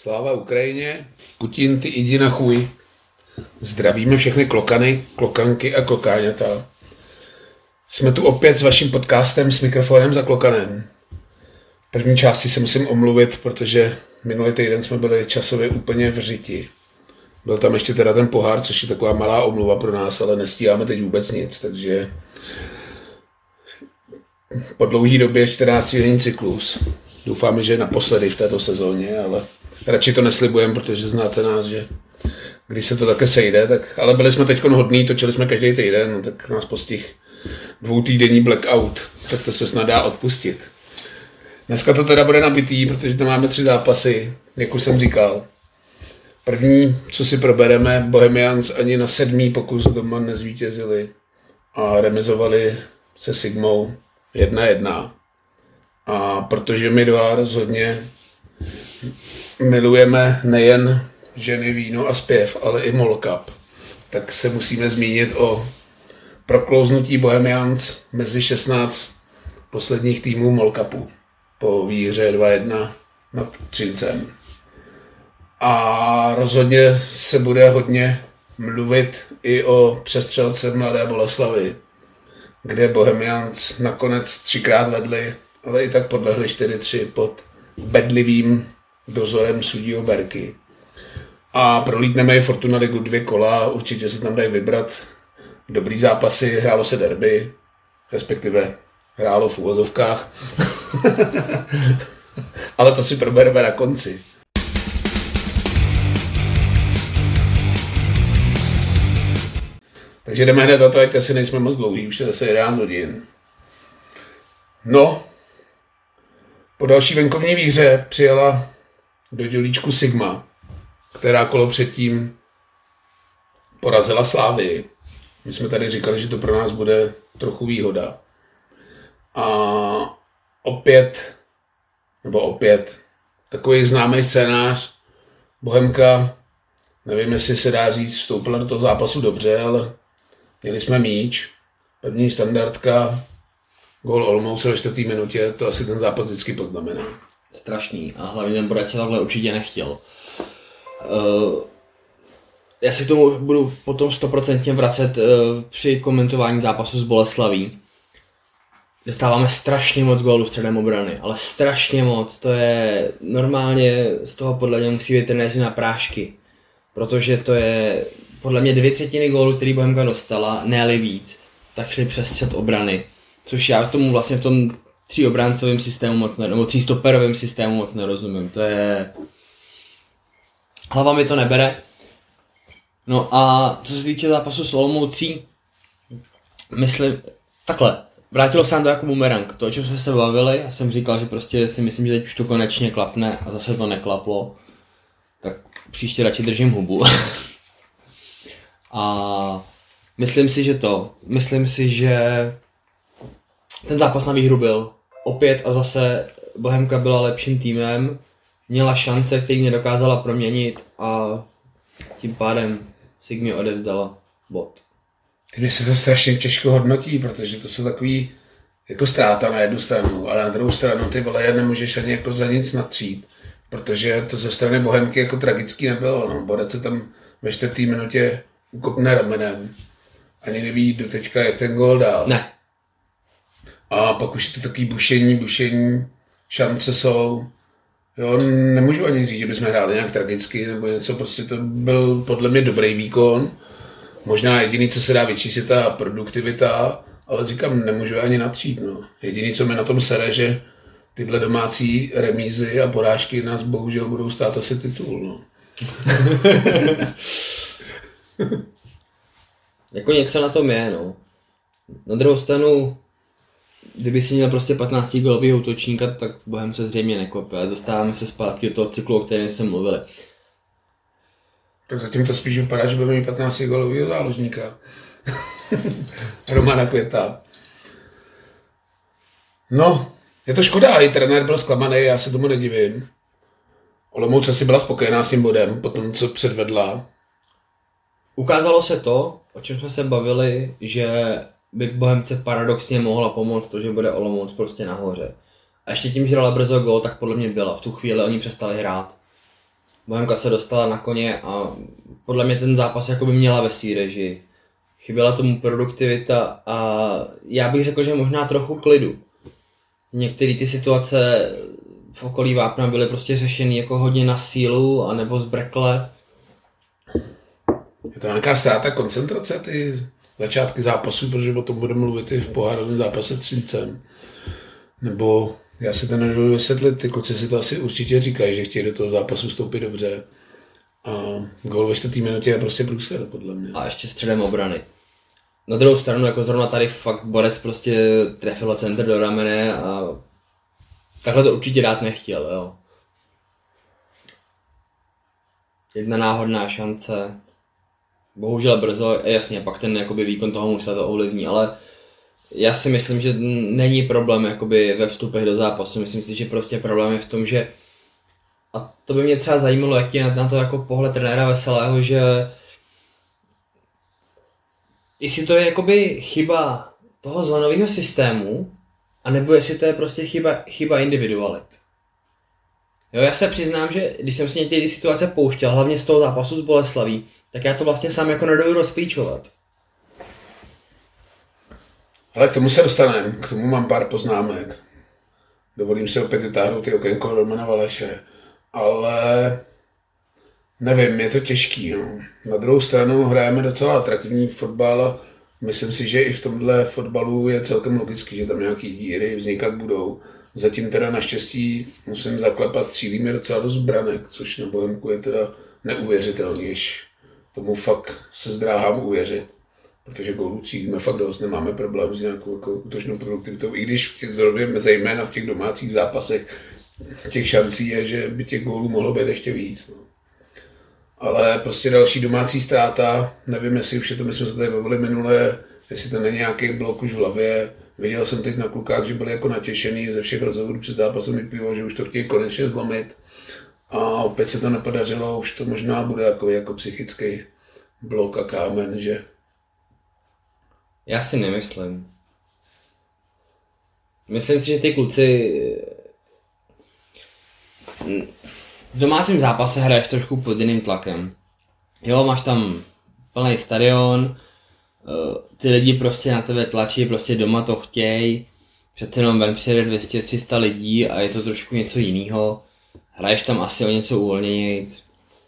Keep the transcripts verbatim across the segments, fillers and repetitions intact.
Sláva Ukrajině, Putin ty jdi na chuj. Zdravíme všechny klokany, klokanky a klokáňata. Jsme tu opět s vaším podcastem s mikrofonem za klokanem. V první části se musím omluvit, protože minulý týden jsme byli časově úplně v řiti. Byl tam ještě teda ten pohár, což je taková malá omluva pro nás, ale nestíháme teď vůbec nic, takže po dlouhé době čtrnáctidenní cyklus. Doufáme, že naposledy v této sezóně, ale radši to neslibujeme, protože znáte nás, že když se to také sejde, tak, ale byli jsme teď hodní, točili jsme každý týden, no, tak nás postih dvoutýdenní blackout, tak to se snad dá odpustit. Dneska to teda bude nabitý, protože tam máme tři zápasy, jak už jsem říkal. První, co si probereme, Bohemians ani na sedmý pokus doma nezvítězili a remizovali se Sigmou jedna jedna. A protože my dva rozhodně milujeme nejen ženy, víno a zpěv, ale i Mall Cup, tak se musíme zmínit o proklouznutí Bohemians mezi šestnáct posledních týmů Mall Cupu po výhře dva jedna nad Třincem. A rozhodně se bude hodně mluvit i o přestřelce Mladé Boleslavi, kde Bohemians nakonec třikrát vedli, ale i tak podlehli čtyři tři pod bedlivým dozorem sudího Berky. A prolítneme i Fortuna Ligu dvě kola, určitě se tam dají vybrat dobrý zápasy, hrálo se derby, respektive hrálo v uvozovkách, ale to si probereme na konci. Takže jdeme hned na to, ať asi nejsme moc dlouhý, už je zase jedenáct hodin. No, po další venkovní výhře přijela do dělíčku Sigma, která kolo předtím porazila Slávii. My jsme tady říkali, že to pro nás bude trochu výhoda. A opět, nebo opět, takový známý scénář, Bohemka, nevím, jestli se dá říct, vstoupila do toho zápasu dobře, ale měli jsme míč, první standardka, gól Olomouce ve čtvrté minutě, to asi ten zápas vždycky poznamená. Strašný a hlavně ten Borec se takhle určitě nechtěl. Uh, já si k tomu budu potom stoprocentně vracet uh, při komentování zápasu s Boleslaví. Dostáváme strašně moc gólů středem obrany, ale strašně moc, to je normálně, z toho podle mě musí být trenéři na prášky. Protože to je podle mě dvě třetiny gólů, který Bohemka dostala, ne-li víc, tak šli přes střed obrany. Což já v tomu vlastně v tom tříobráncovém systému moc ne, nebo třístoperovém systému moc nerozumím. To je... Hlava mi to nebere. No a co se týče zápasu s Olomoucí, myslím, takhle, vrátilo se nám to jako bumerang. To, o čem jsme se bavili, já jsem říkal, že prostě si myslím, že teď už to konečně klapne a zase to neklaplo. Tak příště radši držím hubu. A myslím si, že to, myslím si, že ten zápas na výhru byl opět a zase Bohemka byla lepším týmem, měla šance, který mě dokázala proměnit a tím pádem Sigmě odevzdala bod. Mně se to strašně těžko hodnotí, protože to jsou takový jako ztráta na jednu stranu, ale na druhou stranu ty vole nemůžeš ani jako za nic natřít, protože to ze strany Bohemky jako tragický nebylo. No. Borec se tam ve čtvrté minutě ukopne ramenem. Ani neví do teďka, jak ten gól dál. Ne. A pak už je to takový bušení, bušení, šance jsou. Jo, nemůžu ani říct, že bychom hráli nějak tragicky nebo něco, prostě to byl podle mě dobrý výkon. Možná jediný, co se dá vyčíst, je ta produktivita, ale říkám, nemůžu ani natřít. No. Jediný, co mi na tom sere, že tyhle domácí remízy a porážky nás bohužel budou stát asi titul. No. Jako něco na tom je, no. Na druhou stranu, kdyby si měl prostě patnáctigólového útočníka, tak Bohem se zřejmě nekope. Dostáváme se zpátky do toho cyklu, o kterém jsem mluvili. Tak zatím to spíš vypadá, že budeme mít patnáctigólového záložníka. Romana Květa. No, je to škoda, i trenér byl zklamaný, já se tomu nedivím. Olomouc asi byla spokojená s tím bodem, po tom, co předvedla. Ukázalo se to, o čem jsme se bavili, že by Bohemce paradoxně mohla pomoct to, že bude Olomouc prostě nahoře. A ještě tím, že dala brzo gól, tak podle mě byla. V tu chvíli oni přestali hrát. Bohemka se dostala na koně a podle mě ten zápas jako by měla ve svý režii. Chyběla tomu produktivita a já bych řekl, že možná trochu klidu. Některé ty situace v okolí Vápna byly prostě řešeny jako hodně na sílu anebo zbrkle. Je to nějaká ztráta koncentrace, ty začátky zápasu, protože o tom budeme mluvit i v pohárovém zápase s Třincem. Nebo já si to nedovedu vysvětlit, ty kluci si to asi určitě říkají, že chtějí do toho zápasu vstoupit dobře. A gól ve čtvrtý minutě je prostě průser, podle mě. A ještě středem obrany. Na druhou stranu, jako zrovna tady fakt Borec prostě trefil centr do ramene a takhle to určitě dát nechtěl, jo. Jedna náhodná šance. Bohužel brzo, jasně, pak ten jakoby výkon toho mužstva to ovlivní, ale já si myslím, že není problém jakoby ve vstupech do zápasu. Myslím si, že prostě problém je v tom, že a to by mě třeba zajímalo, jaký je na to jako pohled trenéra Veselého, že jestli to je jakoby chyba toho zónového systému, anebo jestli to je prostě chyba, chyba individualit. Jo, já se přiznám, že když jsem si některé situace pouštěl, hlavně z toho zápasu s Boleslaví, tak já to vlastně sám jako nedovedu rozklíčovat. Ale k tomu se dostaneme, k tomu mám pár poznámek. Dovolím si opět vytáhnout ty okénko Romana Valeše, ale nevím, je to těžký. No. Na druhou stranu hrajeme docela atraktivní fotbal a myslím si, že i v tomhle fotbalu je celkem logický, že tam nějaký díry vznikat budou. Zatím teda naštěstí musím zaklepat, cílíme docela dost branek, což na Bohemku je teda neuvěřitelný, když tomu fakt se zdráhám uvěřit. Protože gólů cílíme fakt dost, nemáme problém s nějakou jako útočnou produktivitou, i když v těch zrovna, zejména v těch domácích zápasech těch šancí je, že by těch gólů mohlo být ještě víc. No. Ale prostě další domácí ztráta, nevím, jestli už je to, my jsme se tady bavili minule, jestli to není nějaký blok už v hlavě. Viděl jsem teď na klukách, že byli jako natěšený ze všech rozhovorů před zápasem, vyplývalo, že už to chtějí konečně zlomit. A opět se to nepodařilo, už to možná bude jako, jako psychický blok a kámen, že Já si nemyslím. Myslím si, že ty kluci v domácím zápase hraješ trošku pod jiným tlakem. Jo, máš tam plný stadion, ty lidi prostě na tebe tlačí, prostě doma to chtějí, přece jenom ven přijede dvě stě tři sta lidí a je to trošku něco jiného. Hraješ tam asi o něco uvolněnějc.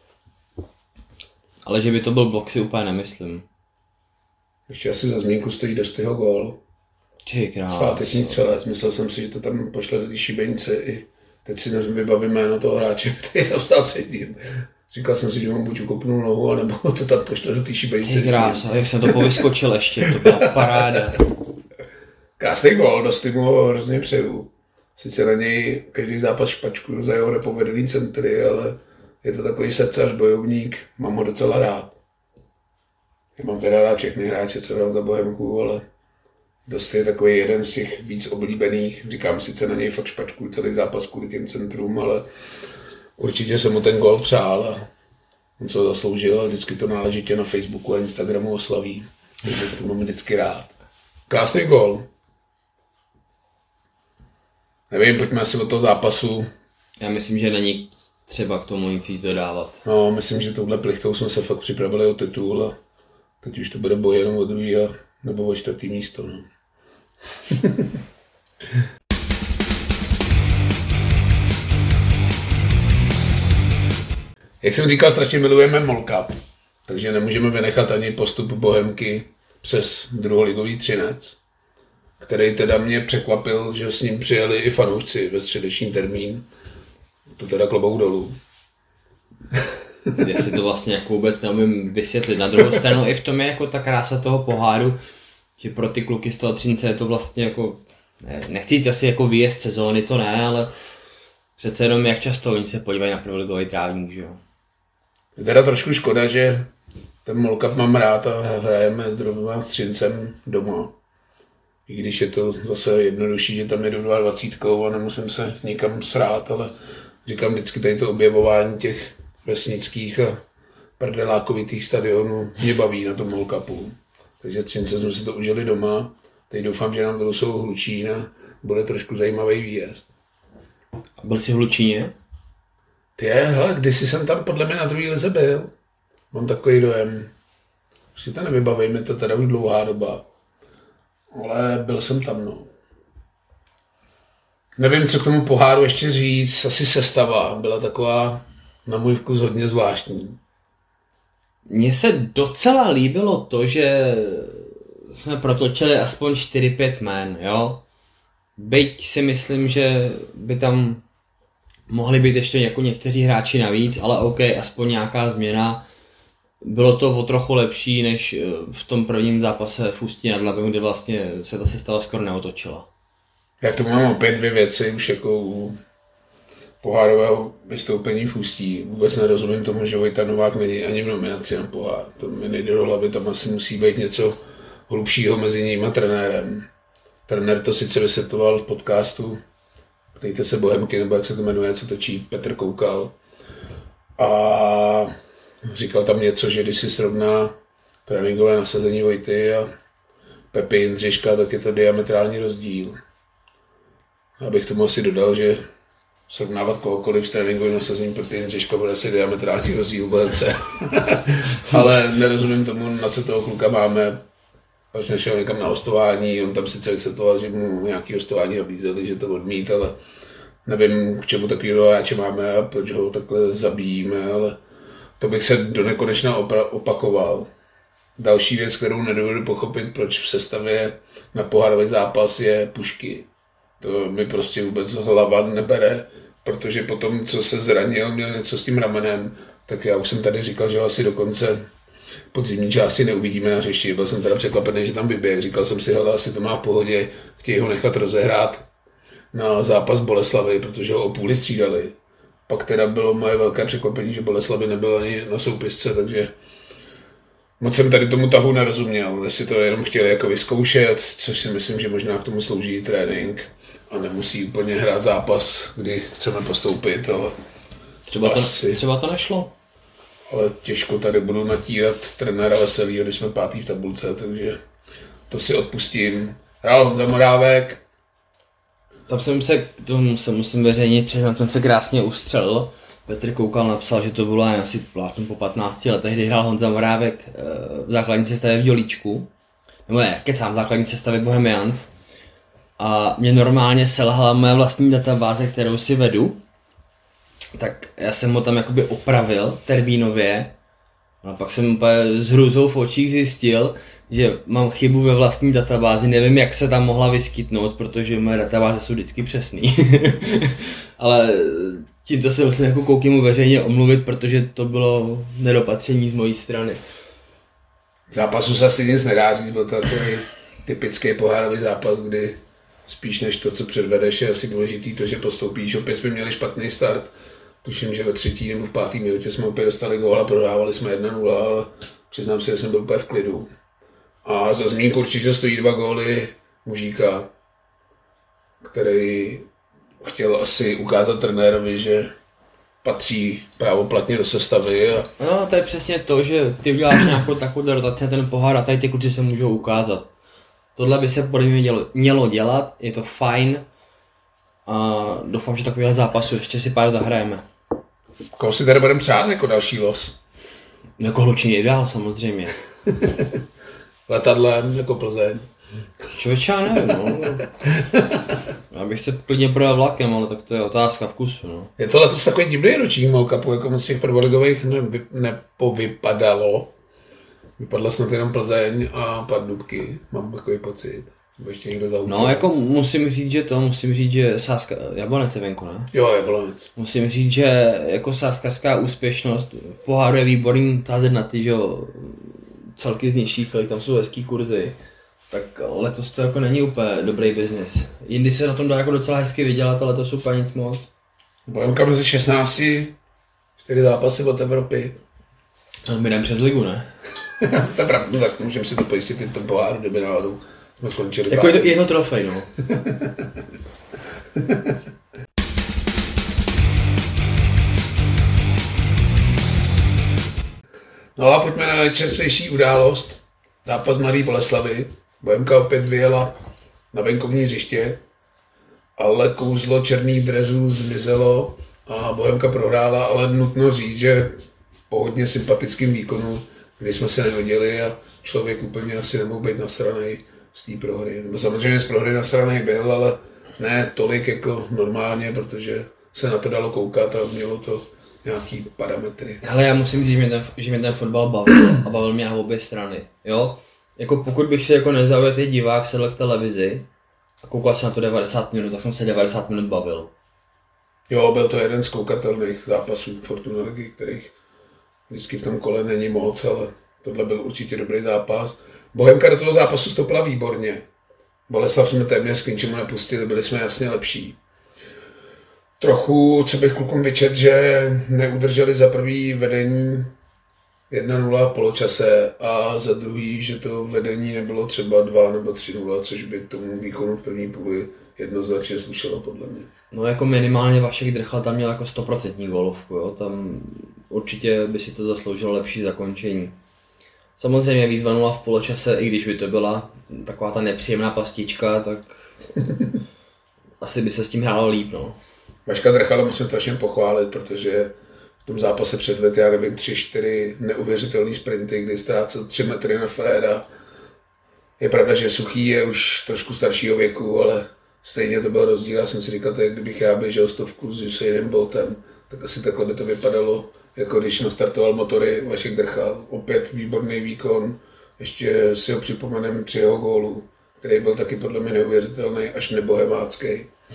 Ale že by to byl blok, si úplně nemyslím. Ještě asi za zmínku stojí Dostyho gól. Ty krásno. Sváteční střelec. Myslel jsem si, že to tam pošle do té šibenice i teď si nevybavím jméno toho hráče, který tam stál před ním. Říkal jsem si, že mu buď ukopnul nohu, anebo to tam pošle do té šibenice. Ty krásno, jak jsem to povyskočil ještě, to byla paráda. Krásný gól, Dosty mu ho hrozně přeju. Sice na něj každý zápas špačkuju za jeho nepovedený centry, ale je to takový srdcař, bojovník, mám ho docela rád. Já mám teda rád všechny hráče, co hrajou za Bohemku, ale dost je takový jeden z těch víc oblíbených. Říkám, sice na něj fakt špačkuju celý zápas kvůli těm centrům, ale určitě jsem mu ten gól přál a on se ho zasloužil a vždycky to náležitě na Facebooku a Instagramu oslaví. Takže to mám vždycky rád. Krásný gól. Nevím, pojďme asi od toho zápasu. Já myslím, že není třeba k tomu nic víc dodávat. No, myslím, že touhle plichtou jsme se fakt připravili o titul a teď už to bude boj jenom o druhý a nebo o čtvrtý místo. No. Jak jsem říkal, strašně milujeme Mall Cup, takže nemůžeme vynechat ani postup Bohemky přes druholigový Třinec, který teda mě překvapil, že s ním přijeli i fanoušci ve středeční termín. To teda klobouk dolů. Já si to vlastně jako vůbec neumím vysvětlit. Na druhou stranu i v tom je jako ta krása toho poháru, že pro ty kluky z toho Třince je to vlastně jako, ne, nechci jít asi jako výjezd sezóny, to ne, ale přece jenom jak často oni se podívají na prvoligový trávník, že jo. Je teda trošku škoda, že ten Mall Cup mám rád a hrajeme s Třincem doma. I když je to zase jednodušší, že tam jedu dvacet dva a nemusím se nikam srát, ale říkám vždycky tady to objevování těch vesnických a prdelákovitých stadionů mě baví na tom Mall Cupu. Takže Třince jsme si to užili doma. Teď doufám, že nám vylosou Hlučín a bude trošku zajímavý výjezd. A byl jsi v Hlučíně? Ty je, hele, kdysi jsem tam podle mě na druhý lize byl. Mám takový dojem. Si to nevybavím, je to teda už dlouhá doba. Ale byl jsem tam, no. Nevím, co k tomu poháru ještě říct. Asi sestava byla taková na můj vkus hodně zvláštní. Mně se docela líbilo to, že jsme protočili aspoň čtyři pět jmén, jo. Byť si myslím, že by tam mohli být ještě jako někteří hráči navíc, ale OK, aspoň nějaká změna. Bylo to o trochu lepší, než v tom prvním zápase v Ústí nad Labem, kde vlastně se ta sestava skoro neotočila. Já k tomu mám opět dvě věci, už jako u pohárového vystoupení v Ústí. Vůbec nerozumím tomu, že Vojta Novák není ani v nominaci na pohár. To mi nejde do hlavy, tam asi musí být něco hlubšího mezi ním a trenérem. Trenér to sice vysvětloval v podcastu, ptejte se Bohemky, nebo jak se to jmenuje, co točí Petr Koukal. A říkal tam něco, že když si srovná tréninkové nasazení Vojty a Pepi Jindřiška, tak je to diametrální rozdíl. Abych tomu asi dodal, že srovnávat kohokoliv s tréninkovým nasazením Pepi Jindřiška bude asi diametrální rozdíl Bohemce. Ale nerozumím tomu, na co toho kluka máme. Pač nešel někam na hostování, on tam sice vysvětloval, že mu nějaký hostování nabízeli, že to odmít, ale nevím, k čemu takového hráče máme a proč ho takhle zabíjíme, ale to bych se do nekonečna opra- opakoval. Další věc, kterou nedovedu pochopit, proč v sestavě na pohárový zápas je Pušky. To mi prostě vůbec hlava nebere, protože potom, co se zranil, měl něco s tím ramenem, tak já už jsem tady říkal, že ho asi do konce podzimní části neuvidíme na hřišti. Byl jsem teda překvapený, že tam vyběh. Říkal jsem si, hele, asi to má v pohodě, chtějí ho nechat rozehrát na zápas Boleslavy, protože ho o půli střídali. Pak teda bylo moje velké překvapení, že Boleslavy nebyl ani na soupisce, takže moc jsem tady tomu tahu nerozuměl. Jestli to jenom chtěli jako vyzkoušet, což si myslím, že možná k tomu slouží trénink a nemusí úplně hrát zápas, kdy chceme postoupit, ale Třeba to, asi... třeba to nešlo. Ale těžko tady budu natírat trenéra Veselýho, když jsme pátý v tabulce, takže to si odpustím. Hrál Honza Morávek. Tam jsem se, tomu se musím veřejně přiznat, jsem se krásně ustřelil. Petr Koukal napsal, že to bylo asi plátnu po patnácti letech, kdy hrál Honza Morávek v základní sestavě v Dělíčku. Nebo ne, kecám, v základní sestavě Bohemians. A mě normálně selhala moje vlastní databáze, kterou si vedu. Tak já jsem ho tam jakoby opravil termínově. A pak jsem úplně s hrůzou v očích zjistil, že mám chybu ve vlastní databázi. Nevím, jak se tam mohla vyskytnout, protože moje databáze jsou vždycky přesný. Ale tímto se musím jako Koukimu veřejně omluvit, protože to bylo nedopatření z mojí strany. Zápasu se asi nic nedá říct, byl to takový typický pohárový zápas, kdy spíš než to, co předvedeš, je asi důležitý to, že postoupíš. Opět jsme měli špatný start. Tuším, že ve třetí nebo v pátý minutě jsme opět dostali gól a prodávali jsme jedna nula, ale přiznám si, že jsem byl úplně v klidu. A za zmínku určitě stojí dva góly Mužíka, který chtěl asi ukázat trenérovi, že patří právoplatně do sestavy. A... No, to je přesně to, že ty uděláš nějakou takovou rotaci na ten pohár a tady ty kluci se můžou ukázat. Tohle by se podle mě mělo, mělo dělat, je to fajn a doufám, že takovýhle zápasu ještě si pár zahrajeme. Koho si tady budeme přát jako další los? Jako Hlučín ideál samozřejmě. Letadlem jako Plzeň. Člověče, já nevím, no. Já bych se klidně projel vlakem, ale tak to je otázka vkusu, no. Je to letos takový divný ročník Molkapu, jako moc těch prvoligových nevy, nepovypadalo. Vypadla snad jenom Plzeň a Pardubky, mám takový pocit. Nebo ještě někdo zahučil. No, jako musím říct, že to, musím říct, že Sázka, Jablonec je venku, ne? Jo, Jablonec. Musím říct, že jako sázkařská úspěšnost v poháru je výborný tázet na ty, že jo, celky z nižších, ale tam jsou hezký kurzy. Tak letos to jako není úplně dobrý biznis. Jindy se na tom dá jako docela hezky vydělat, ale letos úplně nic moc. Bohemka mezi šestnácti, čtyři zápasy od Evropy. No, my jdeme přes ligu, ne? To je pravda, tak můžeme si to pojistit i v tom poháru, kdyby náhodou jsme skončili. Jako je to, je to trofej, no. No a pojďme na nejčerstvější událost. Zápas Mladé Boleslavy. Bohemka opět vyjela na venkovní hřiště, ale kouzlo černých drezů zmizelo a Bohemka prohrála, ale nutno říct, že po hodně sympatickým výkonu, kdy jsme se nehodili a člověk úplně asi nemohl být nasranej z té prohry. No, samozřejmě z prohry nasranej byl, ale ne tolik jako normálně, protože se na to dalo koukat a mělo to nějaký parametry. Ale já musím říct, že mě ten, že mě ten fotbal bavil a bavil mě na obě strany, jo. Jako pokud bych si jako nezaujatý divák sedl k televizi a koukal se na to devadesát minut, tak jsem se devadesát minut bavil. Jo, byl to jeden z koukatelných zápasů Fortuna ligy, kterých vždycky v tom kole není moc, ale tohle byl určitě dobrý zápas. Bohemka do toho zápasu stoupila výborně. Boleslav jsme téměř k ničemu nepustili, byli jsme jasně lepší. Trochu, co bych klukům vyčet, že neudrželi za prvý vedení jedna nula v poločase a za druhý, že to vedení nebylo třeba dva nebo tři nula, což by tomu výkonu v první půli jednoznačně slušelo podle mě. No jako minimálně Vašek Drchal tam měl jako sto procent gólovku, jo? Tam určitě by si to zasloužilo lepší zakončení. Samozřejmě víc dva nula v poločase, i když by to byla taková ta nepříjemná pastička, tak asi by se s tím hrálo líp, no. Vaška Drchala musím strašně pochválit, protože v tom zápase předvedl, já nevím, tři, čtyři neuvěřitelný sprinty, kdy ztrácel tři metry na Freda. Je pravda, že Suchý je už trošku staršího věku, ale stejně to byl rozdíl. Já jsem si říkal, tak kdybych já běžel stovku s Usainem Boltem, tak asi takhle by to vypadalo, jako když nastartoval motory Vašek Drchal. Opět výborný výkon, ještě si ho připomenem při jeho gólu, který byl taky podle mě neuvěřitelný, až nebohemácký.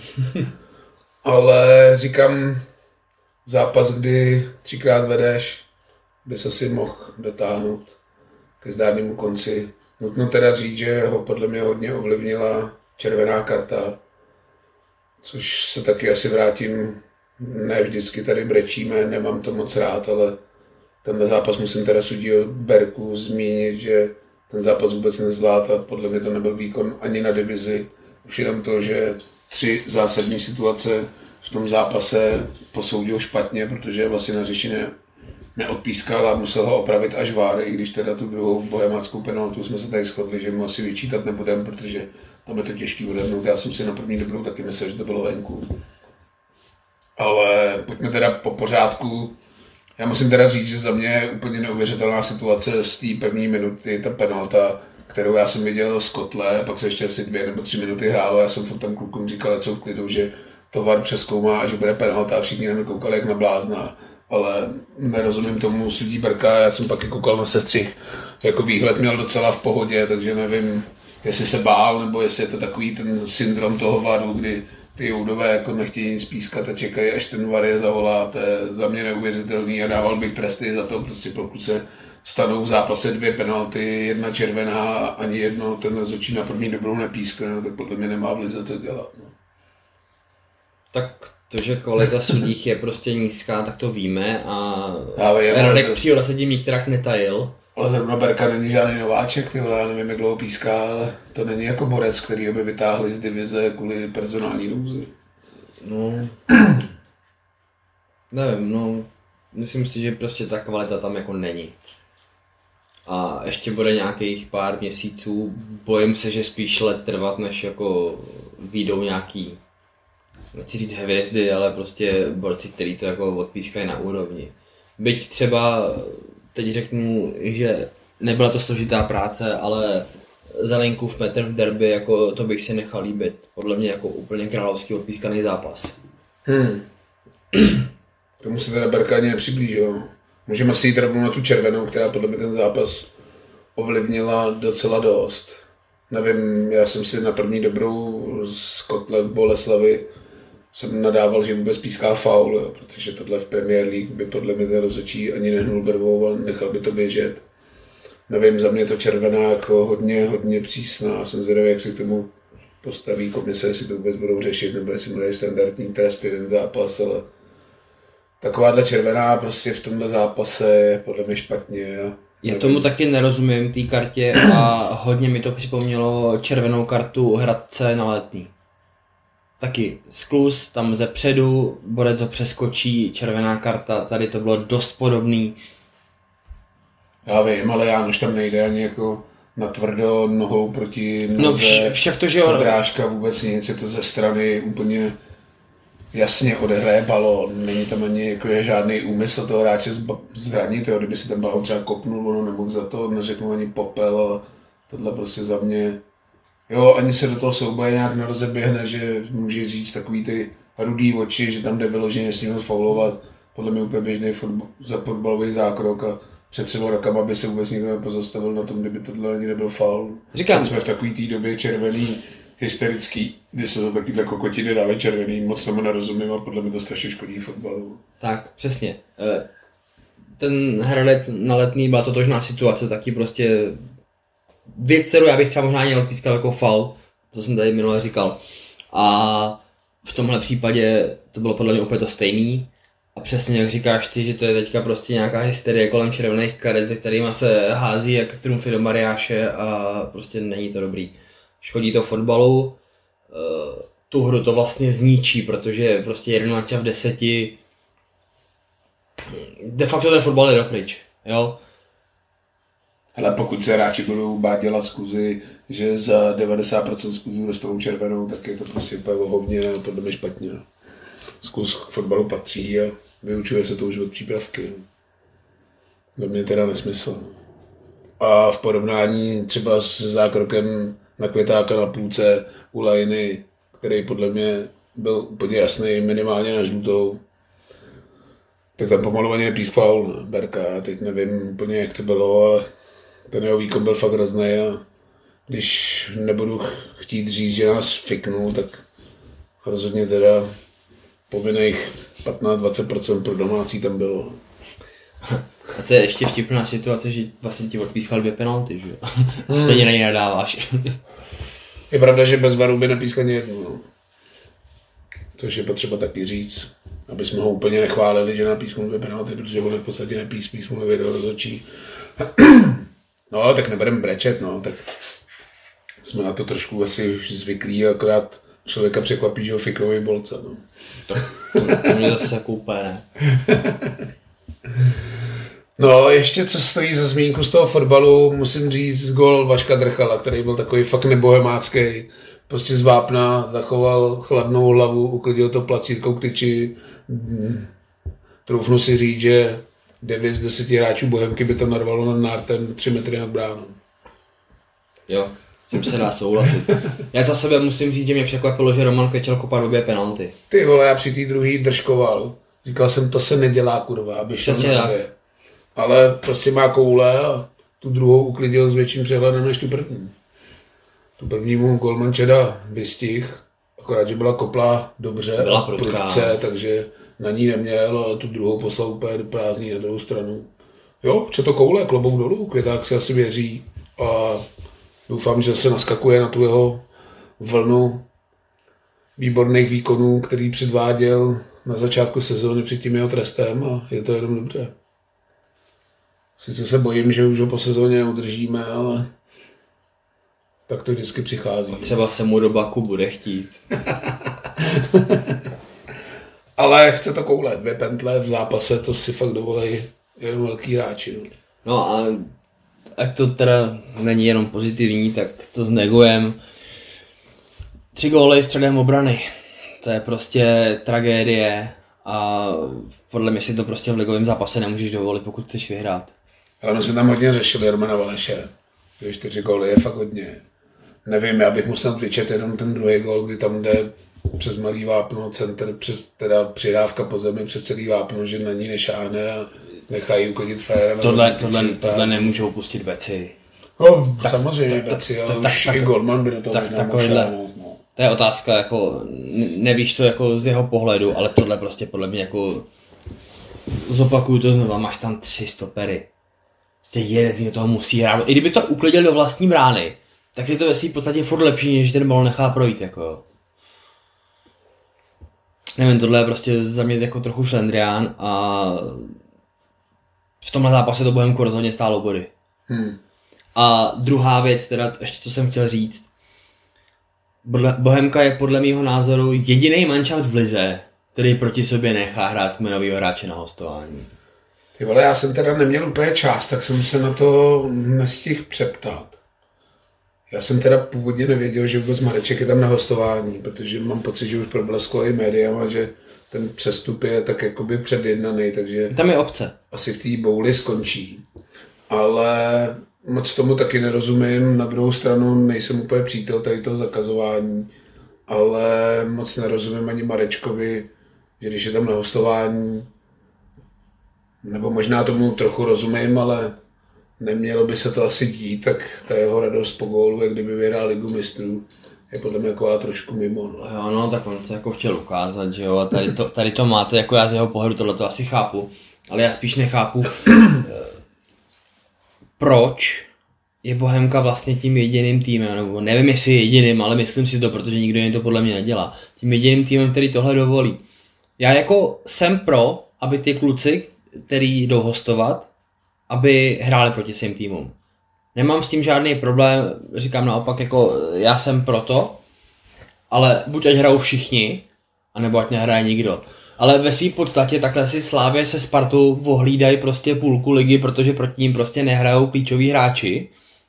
Ale říkám, zápas, kdy třikrát vedeš, bys asi mohl dotáhnout ke zdárnému konci. Nutno teda říct, že ho podle mě hodně ovlivnila červená karta, což se taky asi vrátím, ne vždycky tady brečíme, nemám to moc rád, ale tenhle zápas musím teda sudí o Berku zmínit, že ten zápas vůbec nezvlád a podle mě to nebyl výkon ani na divizi. Už jenom to, že tři zásadní situace v tom zápase posoudil špatně, protože vlastně na řešení neodpískal a musel ho opravit až V A R, i když teda tu druhou bohemáckou penaltu jsme se tady shodli, že mu asi vyčítat nebudeme, protože tam je to těžký odhadnout. Já jsem si na první dobrou taky myslel, že to bylo venku. Ale pojďme teda po pořádku. Já musím teda říct, že za mě je úplně neuvěřitelná situace z té první minuty, ta penalta, kterou já jsem viděl z kotle, pak se ještě asi dvě nebo tři minuty hrálo, já jsem furt tam klukům říkal, co v klidu, že to V A R přezkoumá a že bude penalta a všichni na mě koukali jak na blázna, ale nerozumím tomu sudí Berka, já jsem pak koukal na sestřih, jako výhled měl docela v pohodě, takže nevím, jestli se bál, nebo jestli je to takový ten syndrom toho V A R u, kdy ty Joudové jako nechtějí nic pískat a čekají, až ten V A R je zavolá, to je za mě neuvěřitelný a dával bych tresty za to, prostě pokud se stanou v zápase dvě penalty, jedna červená, ani jedno ten rozhodčí na první dobrou nepískne, no, tak podle mě nemá v lize co dělat. No. Tak to, že kvalita sudích je prostě nízká, tak to víme a vím, Radek Příhoda se tím nikterak netajil. Ale zrovna Berka není žádný nováček, ty vole, já nevím, jak dlouho píská, ale to není jako borec, který by vytáhli z divize kvůli personální nouzi. No, nevím, no, myslím si, že prostě ta kvalita tam jako není. A ještě bude nějakých pár měsíců, bojím se, že spíš let trvat, než jako výjdou nějaký, nechci říct hvězdy, ale prostě borci, kteří to jako odpískají na úrovni. Byť třeba, teď řeknu, že nebyla to složitá práce, ale Zelenkův metr v derby, jako to bych si nechal líbit. Podle mě jako úplně královský odpískaný zápas. Hmm. Tomu se teda Berka ani nepřiblížil. Můžeme si jít rovnou na tu červenou, která podle mě ten zápas ovlivnila docela dost. Nevím, já jsem si na první dobrou z kotle Boleslavy jsem nadával, že vůbec píská faul, jo, protože tohle v Premier League by podle mě ten rozhodčí ani nehnul brvou a nechal by to běžet. Nevím, za mě to červená jako hodně, hodně přísná. Jsem zvědavý, jak se k tomu postaví komise, jestli to vůbec budou řešit, nebo jestli bude standardní trest jeden zápas, ale takováhle červená prostě v tomhle zápase je podle mě špatně. Já tomu taky nerozumím, té kartě, a hodně mi to připomnělo červenou kartu Hradce na Letný. Taky skluz tam ze předu, borec ho přeskočí, červená karta, tady to bylo dost podobný. Já vím, ale Jánoš tam nejde ani jako natvrdo nohou proti noze. No vš- však to, že on... Drážka vůbec nic, je to ze strany úplně jasně odehraje balón, není tam ani jako je žádný úmysl toho hráče zranit, jo, kdyby si ten balón třeba kopnul, ono nemohl za to, neřeknu ani popel, ale tohle prostě za mě, jo, ani se do toho souboje nějak nerozeběhne, že může říct takový ty rudý oči, že tam jde vyloženě s ním faulovat, podle mě úplně běžný fotbal, za fotbalový zákrok a před třema rokama by se vůbec nikdo nepozastavil na tom, kdyby tohle ani nebyl faul. Říkám. Teď jsme v takový té době červený, hysterický, kdy se to takovýhle kokotiny dávají červený, moc tomu nerozumím a podle mě to strašně škodí fotbalu. Tak, přesně. Ten Hradec na Letný byla totožná situace, taky prostě věc, kterou já bych třeba možná ani odpískal jako faul, co jsem tady minule říkal. A v tomhle případě to bylo podle mě úplně to stejný. A přesně jak říkáš ty, že to je teďka prostě nějaká hysterie kolem červených karet, se kterýma se hází jak trumfy do mariáše a prostě není to dobrý. Škodí to fotbalu, tu hru to vlastně zničí, protože prostě jeden match v deseti, de facto ten fotbal je dopryč, jo. Ale pokud se hráči budou bát dělat zkuzy, že za devadesát procent zkuzů dostanou červenou, tak je to prostě úplně ohovně a podle mě špatně. No. Zkus k fotbalu patří a vyučuje se to už od přípravky. Za mě teda nesmysl. A v porovnání třeba s zákrokem na Květáka na půlce u Lajny, který podle mě byl úplně jasný, minimálně na žlutou, tak tam pomalu ani nepísk faul Berka. Já teď nevím úplně, jak to bylo, ale ten jeho výkon byl fakt hrozný a když nebudu chtít říct, že nás fiknul, tak rozhodně teda povinných patnáct až dvacet procent pro domácí tam bylo. A to je ještě vtipná situace, že vlastně ti odpískal dvě penalty, že jo? Stejně na ní nadáváš. Je pravda, že bez varu by nepískal ani jednu, no. Což je potřeba taky říct, aby jsme ho úplně nechválili, že napísknul dvě penalty, protože on v podstatě nepísk, písknul video rozhodčí. No, tak nebudeme brečet, no, tak jsme na to trošku asi zvyklí, akorát člověka překvapí, že ho fiknou i bolca, no. To, to, to mě zase jako úplně ne. No, ještě co stojí za zmínku z toho fotbalu, musím říct gól Vaška Drchala, který byl takový fakt nebohemácký. Prostě z vápna zachoval chladnou hlavu, uklidil to placítkou k tyči. Troufnu si říct, že devět z deseti hráčů Bohemky by to narvalo nad nártem tři metry nad bránou. Jo, s tím se dá souhlasit. Já za sebe musím říct, že mě překvapilo, že Roman Kvěčel kopal obě penalty. Ty vole, já při té druhý držkoval. Říkal jsem, to se nedělá, kurva, aby šel na obě. Ale prostě má koule a tu druhou uklidil s větším přehledem než tu první. Tu první mu golman Čeda vystih, akorát, že byla kopla dobře, byla prudce, takže na ní neměl, ale tu druhou poslal úplně do prázdný na druhou stranu. Jo, co to koule, klobouk dolů, Květák si asi věří a doufám, že se naskakuje na tu jeho vlnu výborných výkonů, který předváděl na začátku sezóny před tím jeho trestem a je to jenom dobře. Sice se bojím, že už ho po sezóně neudržíme, ale tak to vždycky přichází. Třeba se mu do Baku bude chtít. Ale chce to koule, dvě pentle v zápase, to si fakt dovolej jenom velký hráči. No, no a ať to teda není jenom pozitivní, tak to znegujem. Tři góly středem obrany. To je prostě tragédie a podle mě si to prostě v ligovém zápase nemůžeš dovolit, pokud chceš vyhrát. Ale my jsme tam hodně řešili Romana Valeše. Že čtyři góly je fakt hodně. Nevím, já bych musel vyčet jenom ten druhý gól, kdy tam jde přes malý vápno, center, přes teda přidávka po zemi přes celý vápno, že na ní nešáhne a nechají uklidit fér. Tohle, tohle, tohle nemůžou pustit Beci. No, tak, samozřejmě ta, Beci, ale tak, už tak, i golman by do toho tak, takovýhle, no. To je otázka, jako nevíš to jako z jeho pohledu, ale tohle prostě podle mě jako zopakuju to znova, máš tam tři stopery. Prostě jeden z nich do toho musí hrát. I kdyby to uklidil do vlastní brány, tak je to ve v podstatě furt lepší, než ten balon nechá projít, jako. Nevím, tohle je prostě za mě jako trochu šlendrián a v tomhle zápase to Bohemku rozhodně stálo body. Hmm. A druhá věc, teda ještě co jsem chtěl říct, Bohemka je podle mého názoru jediný manšaft v lize, který proti sobě nechá hrát kmenovýho hráče na hostování. Ty vole, já jsem teda neměl úplně čas, tak jsem se na to nestihl přeptat. Já jsem teda původně nevěděl, že vůbec Mareček je tam na hostování, protože mám pocit, že už problesklo i médiama, že ten přestup je tak jakoby předjednaný, takže... Tam je obce. Asi v té bouli skončí. Ale moc tomu taky nerozumím, na druhou stranu nejsem úplně přítel tady toho zakazování, ale moc nerozumím ani Marečkovi, že když je tam na hostování, nebo možná tomu trochu rozumím, ale nemělo by se to asi dít, tak ta jeho radost po gólu, jak kdyby vyhrál Ligu mistrů, je podle mě taková trošku mimo. No. Jo, no, tak on se jako chtěl ukázat, že jo, a tady to, tady to máte, jako já z jeho pohledu tohle to asi chápu, ale já spíš nechápu, proč je Bohemka vlastně tím jediným týmem, nebo nevím, jestli je jediným, ale myslím si to, protože nikdo jiný to podle mě nedělá, tím jediným týmem, který tohle dovolí. Já jako jsem pro, aby ty kluci, který jdou hostovat, aby hráli proti svým týmům. Nemám s tím žádný problém, říkám naopak, jako já jsem proto, ale buď ať hrajou všichni, anebo ať nehraje nikdo. Ale ve své podstatě takhle si Slávě se Spartou ohlídají prostě půlku ligy, protože proti ním prostě nehrajou klíčoví hráči.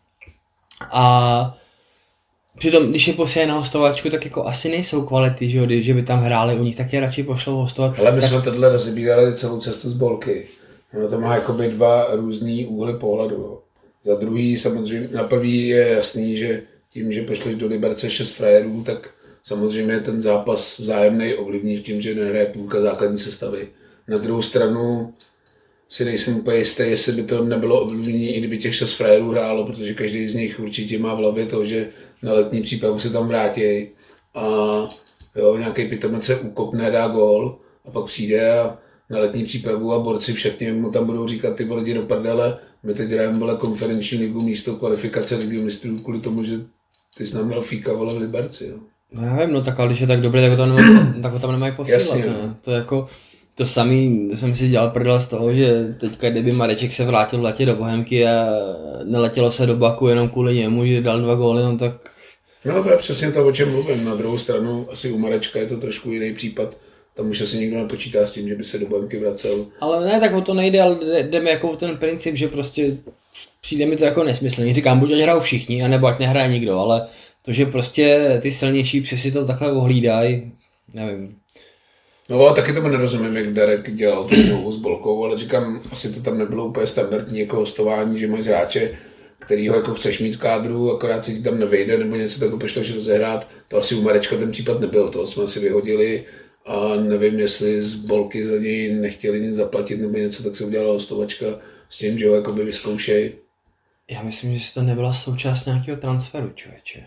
A přitom, když je posílají na hostovačku, tak jako asi nejsou kvality, že, jo? Že by tam hráli u nich, tak je radši pošlou hostovat. Ale my tak... jsme tohle rozebírali celou cestu z Bolky. Ono to má jakoby dva různý úhly pohledu. Jo. Za druhý samozřejmě, na prvý je jasný, že tím, že pošli do Liberce šest frajerů, tak samozřejmě ten zápas vzájemnej ovlivní tím, že nehraje půlka základní sestavy. Na druhou stranu si nejsem úplně jistý, jestli by to nebylo ovlivnění, i kdyby těch šest frajerů hrálo, protože každý z nich určitě má v hlavě to, že na letní přípravu se tam vrátí a jo, nějaký pitomec se ukopne, dá gól a pak přijde a na letní přípravu a borci všechny mu tam budou říkat, ty lidi do prdele, my teď hrajeme vole konferenční ligu místo kvalifikace ligy mistrů kvůli tomu, že ty jsi nám dal fíka vole v Liberci. Jo. No já vím, no tak ale když je tak dobrý, tak ho tam nemají, tak ho tam nemají posílat. Jasně, ne? no. To je jako, to samý jsem si dělal prdel z toho, že teďka kdyby Mareček se vrátil v letě do Bohemky a neletělo se do Baku jenom kvůli němu, že dal dva góly, no tak... No to je přesně to, o čem mluvím. Na druhou stranu asi u Marečka je to trošku jiný případ. Tam už asi nikdo nepočítá s tím, že by se do Bohemky vracel. Ale ne, tak o to nejde, ale jdeme jako o ten princip, že prostě přijde mi to jako nesmyslný. Říkám, buď ať hrajou všichni, anebo ať nehraje nikdo, ale to, že prostě ty silnější psi si to takhle ohlídají, nevím. No a taky tomu nerozumím, jak Darek dělal tu smlouvu s Bolkou, ale říkám, asi to tam nebylo úplně standardní jako hostování, že máš hráče, kterýho jako chceš mít v kádru, akorát se ti tam nevejde, nebo něco takového pošleš rozehrát. To asi u Marečka ten případ nebyl, toho jsme si vyhodili a nevím, jestli z Bolky za něj nechtěli nic zaplatit nebo něco, tak se udělala hostovačka s tím, že ho jakoby vyzkoušej. Já myslím, že to nebyla součást nějakého transferu, člověče.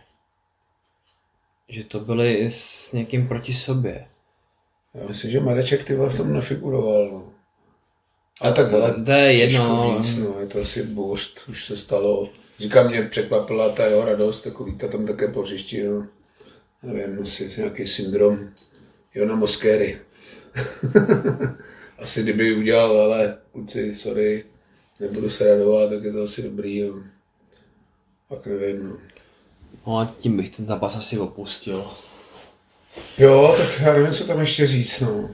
Že to byly s někým proti sobě. Já myslím, že Mareček tyva v tom nefiguroval. No. A tak hele, to je jedno. Říct, no, je to asi bůřt, už se stalo. Říkám, mě překvapila ta jeho radost, jako líta tam také po hřišti, no. Nevím, asi nějaký syndrom Jona Moskéry. Asi kdyby udělal, ale kluci, sorry, nebudu se radovat, tak je to asi dobrý, no. Pak nevím, no. No a tím bych ten zápas asi opustil. Jo, tak já nevím, co tam ještě říct, no.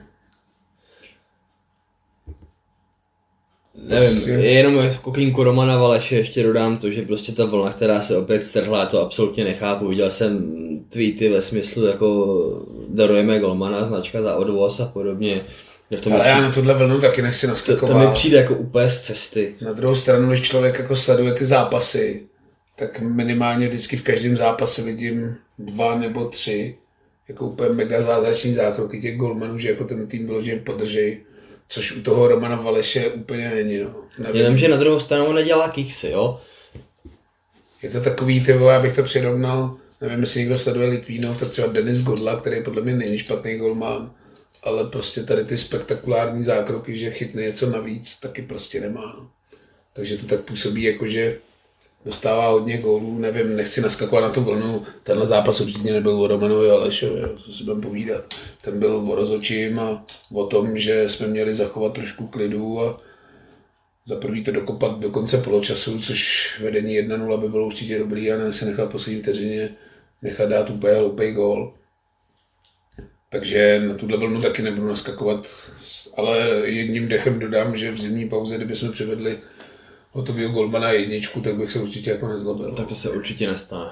Nevím, prostě... jenom v kokínku Romana Valeše ještě dodám to, že prostě ta vlna, která se opět strhla, já to absolutně nechápu. Viděl jsem tweety ve smyslu, jako darujeme golmana, značka za odvoz a podobně. Jak to ale přijde... já na tuhle vlnu taky nechci naskakovat. To, to mi přijde jako úplně z cesty. Na druhou stranu, když člověk jako sleduje ty zápasy, tak minimálně vždycky v každém zápase vidím dva nebo tři jako úplně mega zázrační zákroky těch golmanů, že jako ten tým vyloženě podržej. Což u toho Romana Valeše úplně není, no. Jenom, že na druhou stranu nedělá kiksy, jo? Je to takový, ty vole, abych to přirovnal, nevím, jestli někdo sleduje Litvínov, tak třeba Denis Godla, který podle mě není špatný golman, ale prostě tady ty spektakulární zákroky, že chytne něco navíc, taky prostě nemá, no. Takže to tak působí jako, že dostává hodně gólů, nevím, nechci naskakovat na tu vlnu, tenhle zápas určitě nebyl o Romanovi Valešovi, co si budeme povídat. Ten byl o rozhodčím a o tom, že jsme měli zachovat trošku klidu a za prvý to dokopat do konce poločasu, což vedení jedna nula by bylo určitě dobrý a ne se nechat poslední vteřině nechat dát úplně hloupej gól. Takže na tuhle vlnu taky nebudu naskakovat, ale jedním dechem dodám, že v zimní pauze, kdyby jsme přivedli hotovýho golmana jedničku, tak bych se určitě jako nezlobil. Tak to se určitě nestane.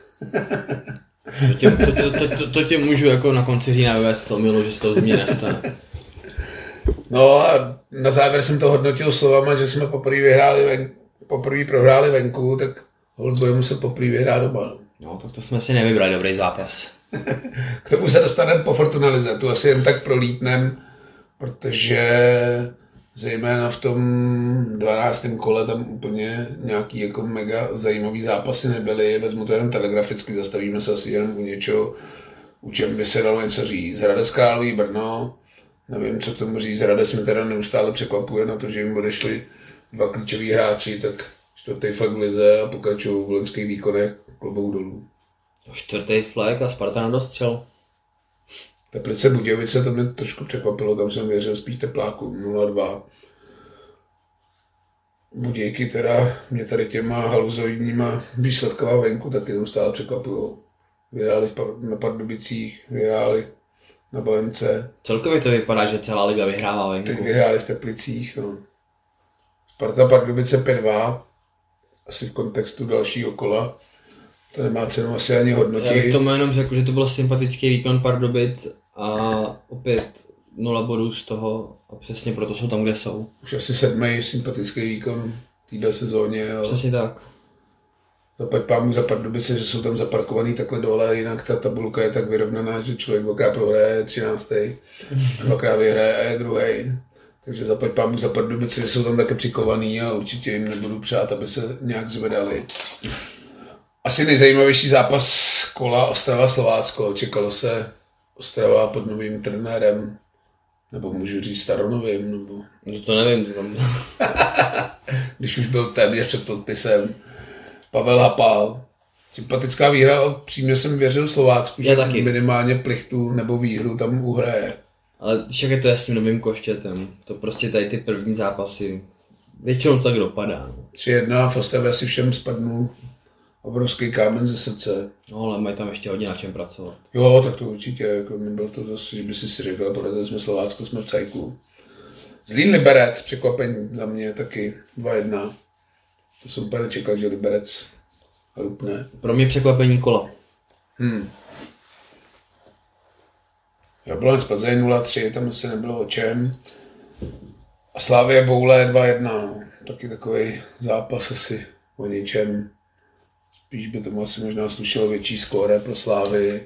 To tě, to, to, to, to, to tě můžu jako na konci října vyvést to milu, že se to z mě nestane. No a na závěr jsem to hodnotil slovama, že jsme poprvé vyhráli ven, poprvé prohráli venku, tak holt bude muset poprvé vyhrát doma. No, tak to jsme si nevybrali dobrý zápas. K tomu se dostaneme po Fortuna lize, tu asi jen tak prolítnem, protože zejména v tom dvanáctém kole tam úplně nějaký jako mega zajímavý zápasy nebyly, vezmu to jenom telegraficky, zastavíme se asi jenom u něčeho, u čem by se dalo něco říct. Hradec Králové Brno, nevím, co k tomu říct, Hradec mi teda neustále překvapuje na to, že jim odešli dva klíčoví hráči, tak čtvrtý flag v lize a pokračují v loňských výkonech, klobouk dolů. Čtvrtý flag a Sparta na dostřel. Teplice Budějovice, to mě trošku překvapilo, tam jsem věřil spíš tepláku, nula dva. Budějky teda mě tady těma haluzoidníma výsledkama venku taky neustále překvapujou. Vyhráli na Pardubicích, vyhráli na Bohemce. Celkově to vypadá, že celá liga vyhrává venku. Teď vyhráli v Teplicích. No. Sparta Pardubice pět dva, asi v kontextu dalšího kola. To nemá cenu asi ani hodnotit. Já bych tomu jenom řekl, že to byl sympatický výkon Pardubic a opět nula bodů z toho a přesně proto jsou tam, kde jsou. Už asi sedmý sympatický výkon v této sezóně. Ale... Přesně tak. Zaplať pámu za Pardubice, že jsou tam zaparkovaný takhle dole, jinak ta tabulka je tak vyrovnaná, že člověk dvakrát prohraje třináctý a dvakrát vyhraje a je druhý. Takže zaplať pámu za Pardubice, že jsou tam také přikovaný a určitě jim nebudu přát, aby se nějak zvedali. Asi nejzajímavější zápas kola Ostrava-Slovácko. Čekalo se Ostrava pod novým trenérem, nebo můžu říct staronovým, nebo... No to nevím, co tam... Když už byl téměř před podpisem. Pavel Hapal. Sympatická výhra, přímě jsem věřil Slovácku, že taky. Minimálně plichtu nebo výhru tam uhraje. Ale však je to s tím novým koštětem. To prostě tady ty první zápasy většinou tak dopadá. No. tři jedna v Ostravě asi všem spadnul obrovský kámen ze srdce. No, ale mají tam ještě hodně na čem pracovat. Jo, tak to určitě, jako nebylo to zase, že by si si řekl, porazili jsme Slovácko, jsme v cajku. Zlín Liberec, překvapení za mě taky dva jedna. To jsem úplně nečekal, že Liberec rupne. Pro mě překvapení kola. Hmm. Jablonec Plzeň nula tři, tam asi nebylo o čem. A Slavie Boule dva jedna, no. Taky takový zápas asi o ničem. Spíš by tomu asi možná slušelo větší skóre pro Slávy.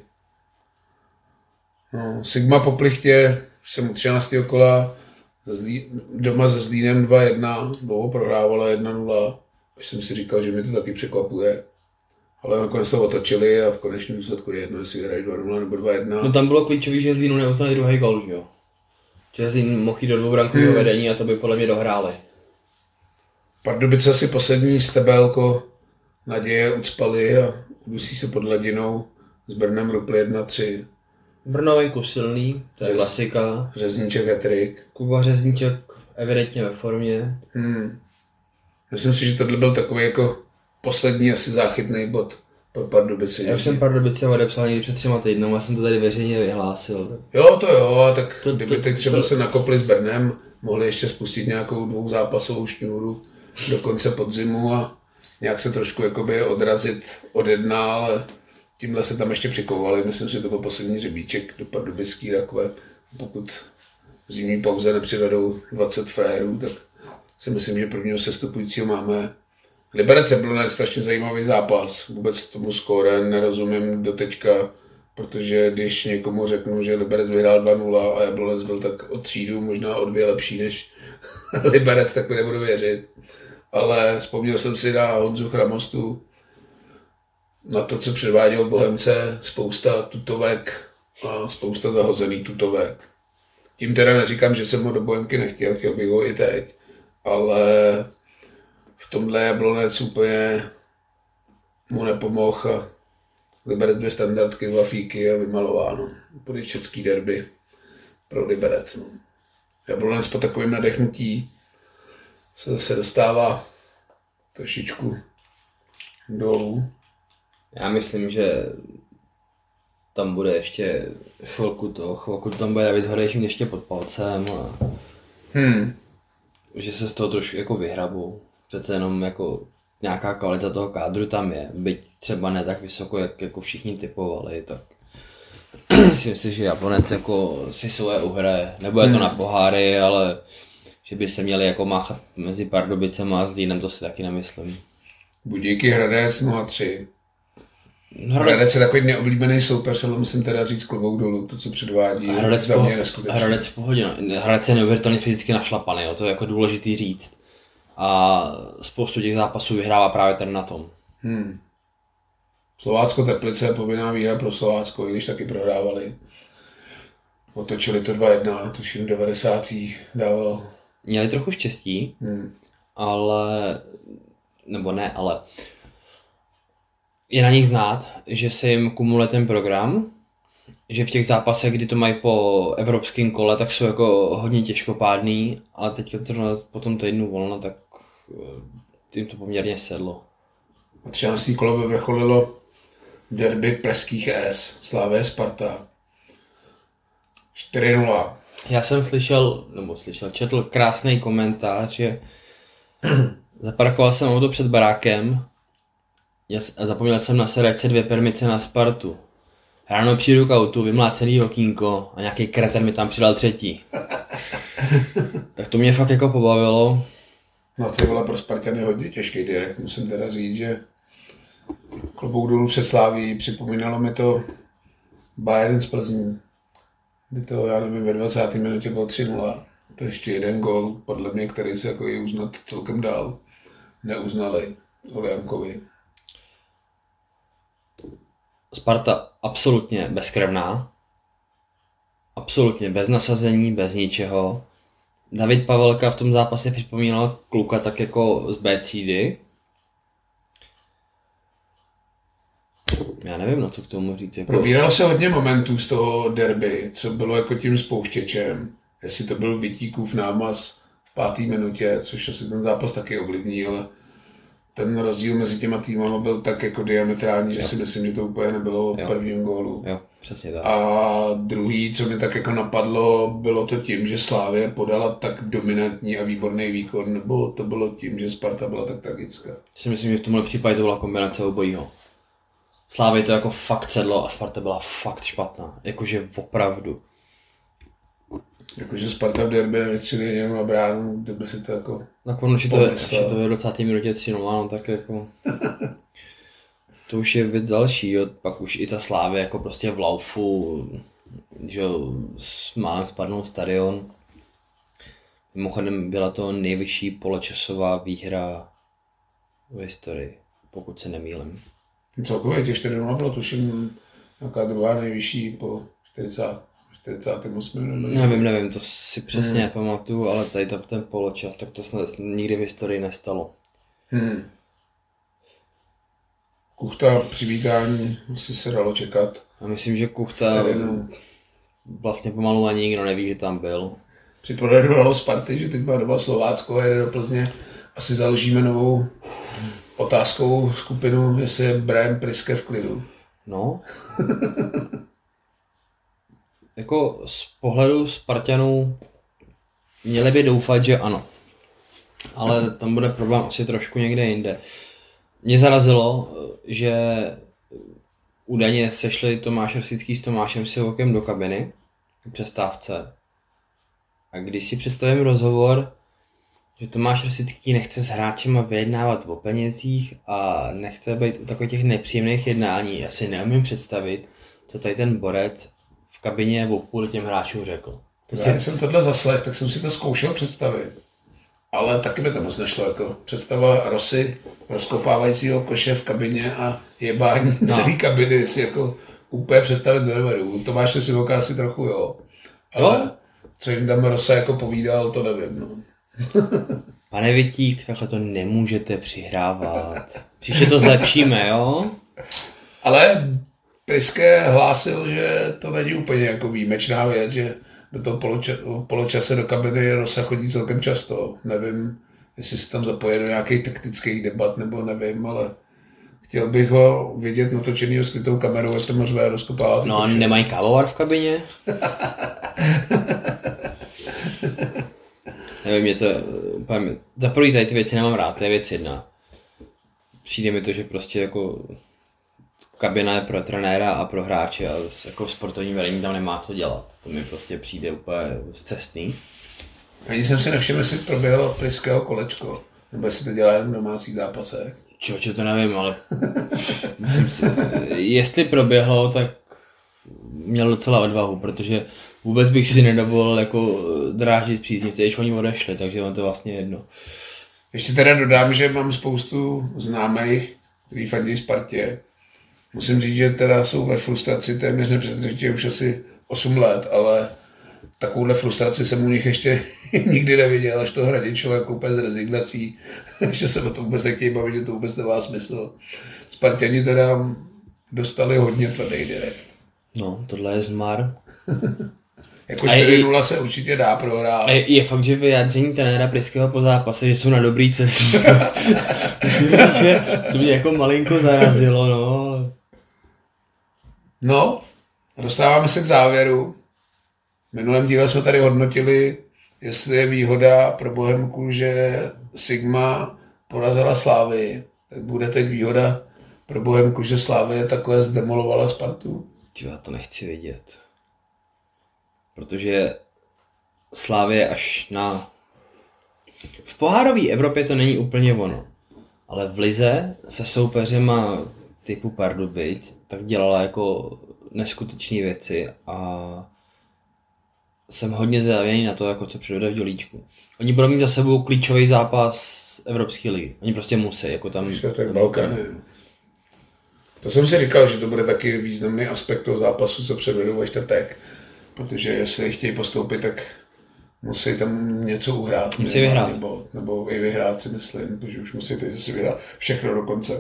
No, Sigma po plichtě, jsem u třináctého kola, Zlí, doma se Zlínem dva jedna, dlouho prohrávala jedna nula. Už jsem si říkal, že mi to taky překvapuje. Ale nakonec to otočili a v konečném důsledku je jedno, jestli hrají dva nula nebo dva jedna. No tam bylo klíčový, že Zlínu neuznali druhý gól, že jo? Že Zlín mohl jít do dvoubrankového hmm. vedení a to by podle mě dohráli. Pardubice asi poslední stebelko naděje ucpali a udusí se pod hladinou s Brnem rupli jedna tři. Brno venku silný, to je Řez, klasika. Řezníček hat-trick. Kuba Řezníček evidentně ve formě. Hmm. Myslím si, že tohle byl takový jako poslední asi záchytný bod pro Pardubice. Já jsem Pardubice odepsal někdy před třema týdnou, já jsem to tady veřejně vyhlásil. Jo, to jo, tak to, kdyby to, teď třeba to... se nakopli s Brnem, mohli ještě spustit nějakou dvouzápasovou šňůru do konce podzimu a nějak se trošku jakoby odrazit od jedna, ale tímhle se tam ještě přikovali. Myslím si, že to byl poslední řebíček do pardubický rakve. Pokud v zimní pauze nepřivedou dvacet frérů, tak si myslím, že prvního sestupujícího máme. Liberec Jablonec, strašně zajímavý zápas. Vůbec tomu skóre nerozumím do teďka, protože když někomu řeknu, že Liberec vyhrál dva nula a Jablonec byl tak o třídu, možná o dvě lepší než Liberec, tak mi nebudu věřit. Ale vzpomněl jsem si na Honzu Chramostu, na to, co předváděl Bohemce, spousta tutovek a spousta zahozených tutovek. Tím teda neříkám, že jsem ho do Bohemky nechtěl, chtěl bych ho i teď, ale v tomhle Jablonec úplně mu nepomohl a Liberec dvě standardky, dva fíky a vymalováno. Úplně český derby pro Liberec. No. Jablonec po takovém nadechnutí se zase dostává trošičku dolů. Já myslím, že tam bude ještě chvilku to, chvilku tam bude David Horejš ještě pod palcem a hmm. že se z toho trošku jako vyhrabou. přece jenom jako nějaká kvalita toho kádru tam je, byť třeba ne tak vysoko, jak jako všichni typovali, tak si myslím, že Japonec jako si svoje uhraje. Nebude to na poháry, ale že by se měli jako máchat mezi Pardubicem a Zlínem, to si taky nemyslím. Budíky Hradec nula tři. Hradec je takový neoblíbený soupeř, ale musím teda říct klobouk dolů, to, co předvádí, Hradec, za mě je neskutečný. Hradec v pohodě, no. Hradec je neuvěřitelně fyzicky našlapaný, jo. To je jako důležitý říct. A spoustu těch zápasů vyhrává právě ten na tom. Hmm. Slovácko Teplice je povinná výhra pro Slovácko, i když taky prohrávali. Otočili to dva jedna, tuším devadesátých dával. Měli trochu štěstí, hmm. ale, nebo ne, ale je na nich znát, že se jim kumuluje ten program, že v těch zápasech, kdy to mají po evropském kole, tak jsou jako hodně těžkopádný, ale teďka to po tom týdnu volno, tak tím to poměrně sedlo. A třinácté kolo vyvrcholilo derby pražských S, Slavie Sparta. čtyři nula. Já jsem slyšel, nebo slyšel, četl krásný komentář, že zaparkoval jsem auto před barákem a zapomněl jsem na sedačce dvě permice na Spartu. Ráno přijdu k autu, vymlácený okýnko a nějaký kreter mi tam přidal třetí. Tak to mě fakt jako pobavilo. No ty vole, pro Spartany hodně těžký direkt, musím teda říct, že klobouk dolů před Slaví, připomínalo mi to Bayern z Plzní, kdy to, já nevím, ve dvacáté minutě bylo tři nula. To je ještě jeden gól, podle mě, který se jako i uznat celkem dál. Neuznali Oliankovi. Sparta absolutně bezkrevná. Absolutně bez nasazení, bez ničeho. David Pavelka v tom zápase připomínal kluka tak jako z B třídy. Já nevím, no co k tomu říct. Jako... Probíralo se hodně momentů z toho derby, co bylo jako tím spouštěčem. Jestli to byl Vitíkův námaz v páté minutě, což asi ten zápas taky ovlivní, ale ten rozdíl mezi těma týmama byl tak jako diametrální, že jo. Si myslím, že to úplně nebylo v prvním gólu. Jo, přesně tak. A druhý, co mi tak jako napadlo, bylo to tím, že Slavie podala tak dominantní a výborný výkon, nebo to bylo tím, že Sparta byla tak tragická? Si myslím, že v tomhle případě to byla kombinace obojího. Slavii to jako fakt sedlo a Sparta byla fakt špatná. Jakože opravdu. Jakože Sparta v derby nevytřili jenom na bránu, kdyby si to jako... Nakonec, že to je, že to je v dvacáté minutě tři nula, no tak jako... To už je věc další, jo. Pak už i ta Slavie jako prostě v laufu, že jo, s málem spadnul stadion. Mimochodem byla to nejvyšší poločasová výhra v historii, pokud se nemýlím. Celkově těch čtyři nula bylo tuším nějaká druhá nejvyšší po čtyřicátém osmém Nevím, nevím, to si přesně hmm. nepamatuju, ale tady to, ten poločas, tak to snad nikdy v historii nestalo. Hmm. Kuchta přivítání, asi se dalo čekat. A myslím, že Kuchta Nevím. vlastně pomalu ani nikdo neví, že tam byl. Při prohledu halo Sparty, že teď má doma Slovácko a jede do Plzně, asi založíme novou otázkovou skupinu, jestli je Brian Priske v klidu. No. Jako z pohledu Spartanů měli by doufat, že ano. Ale tam bude problém asi trošku někde jinde. Mě zarazilo, že údajně sešli Tomáš Rosický s Tomášem Sivokem do kabiny v přestávce. A když si představím rozhovor, že Tomáš Rosický nechce s hráčema vyjednávat o penězích a nechce být u takových těch nepříjemných jednání, já si neumím představit, co tady ten borec v kabině o půl těm hráčům řekl. To já si... jsem tohle zaslech, tak jsem si to zkoušel představit. Ale taky mi to moc nešlo, jako představa Rosy, rozkopávajícího koše v kabině a jebání no. celý kabiny si jako úplně představit nedovedu. Tomáše Sivoka asi trochu jo, ale no? co jim tam Rosa jako povídal, to nevím. No. Pane Vitík, takhle to nemůžete přihrávat. Příště to zlepšíme, jo? Ale Priske hlásil, že to není úplně jako výjimečná věc, že do toho poloča- poločase do kabiny Rosa chodí celkem často. Nevím, jestli se tam zapoje do nějakých taktických debat, nebo nevím, ale chtěl bych ho vidět natočenýho skrytou kamerou, jak to možná rozkopávat. No a nemají kávovar v kabině? Nevím, mě to úplně, za první tady ty věci nemám rád, to je věc jedna. Přijde mi to, že prostě jako kabina je pro trenéra a pro hráče a jako sportovní vedení tam nemá co dělat. To mi prostě přijde úplně zcestný. Ani jsem si nevšiml, jestli proběhlo plyského kolečko, nebo jestli to dělá jen v domácích zápasech. Čo, to nevím, ale myslím si, jestli proběhlo, tak měl docela odvahu, protože vůbec bych si nedovolil jako dráždit příznivce, když oni odešli, takže on to vlastně jedno. Ještě teda dodám, že mám spoustu známých, kteří fandí Spartě. Musím říct, že teda jsou ve frustraci téměř nepřetržitě už asi osm let, ale takovouhle frustraci jsem u nich ještě nikdy neviděl, až to hradí člověk úplně z rezignací, že se o to vůbec nechtějí bavit, že to vůbec nemá smysl. Spartěni teda dostali hodně tvrdý direkt. No, tohle je zmar. Jako čtyři nula se určitě dá prohrát. Je, je fakt, že vyjádření trenéra Pryského po zápase, že jsou na dobrý cestě. Musím říct, že to mě jako malinko zarazilo, no. Ale... No, dostáváme se k závěru. V minulém díle jsme tady hodnotili, jestli je výhoda pro Bohemku, že Sigma porazila Slávii, tak bude teď výhoda pro Bohemku, že Slávie takhle zdemolovala Spartu. Tyjo, já to nechci vidět. Protože Slávie až na... V pohárové Evropě to není úplně ono. Ale v lize se soupeřema typu Pardubic tak dělala jako neskutečné věci a jsem hodně zvědavý na to, jako co předvede v Dělíčku. Oni budou mít za sebou klíčový zápas Evropské ligy. Oni prostě musí, jako tam... Tak Balkány. To jsem si říkal, že to bude taky významný aspekt toho zápasu, co předvedou ve čtvrtek. Protože jestli chtějí postoupit, tak musí tam něco uhrát. Musí vyhrát. Nebo, nebo i vyhrát, si myslím, protože už musí teď si vyhrát všechno do konce.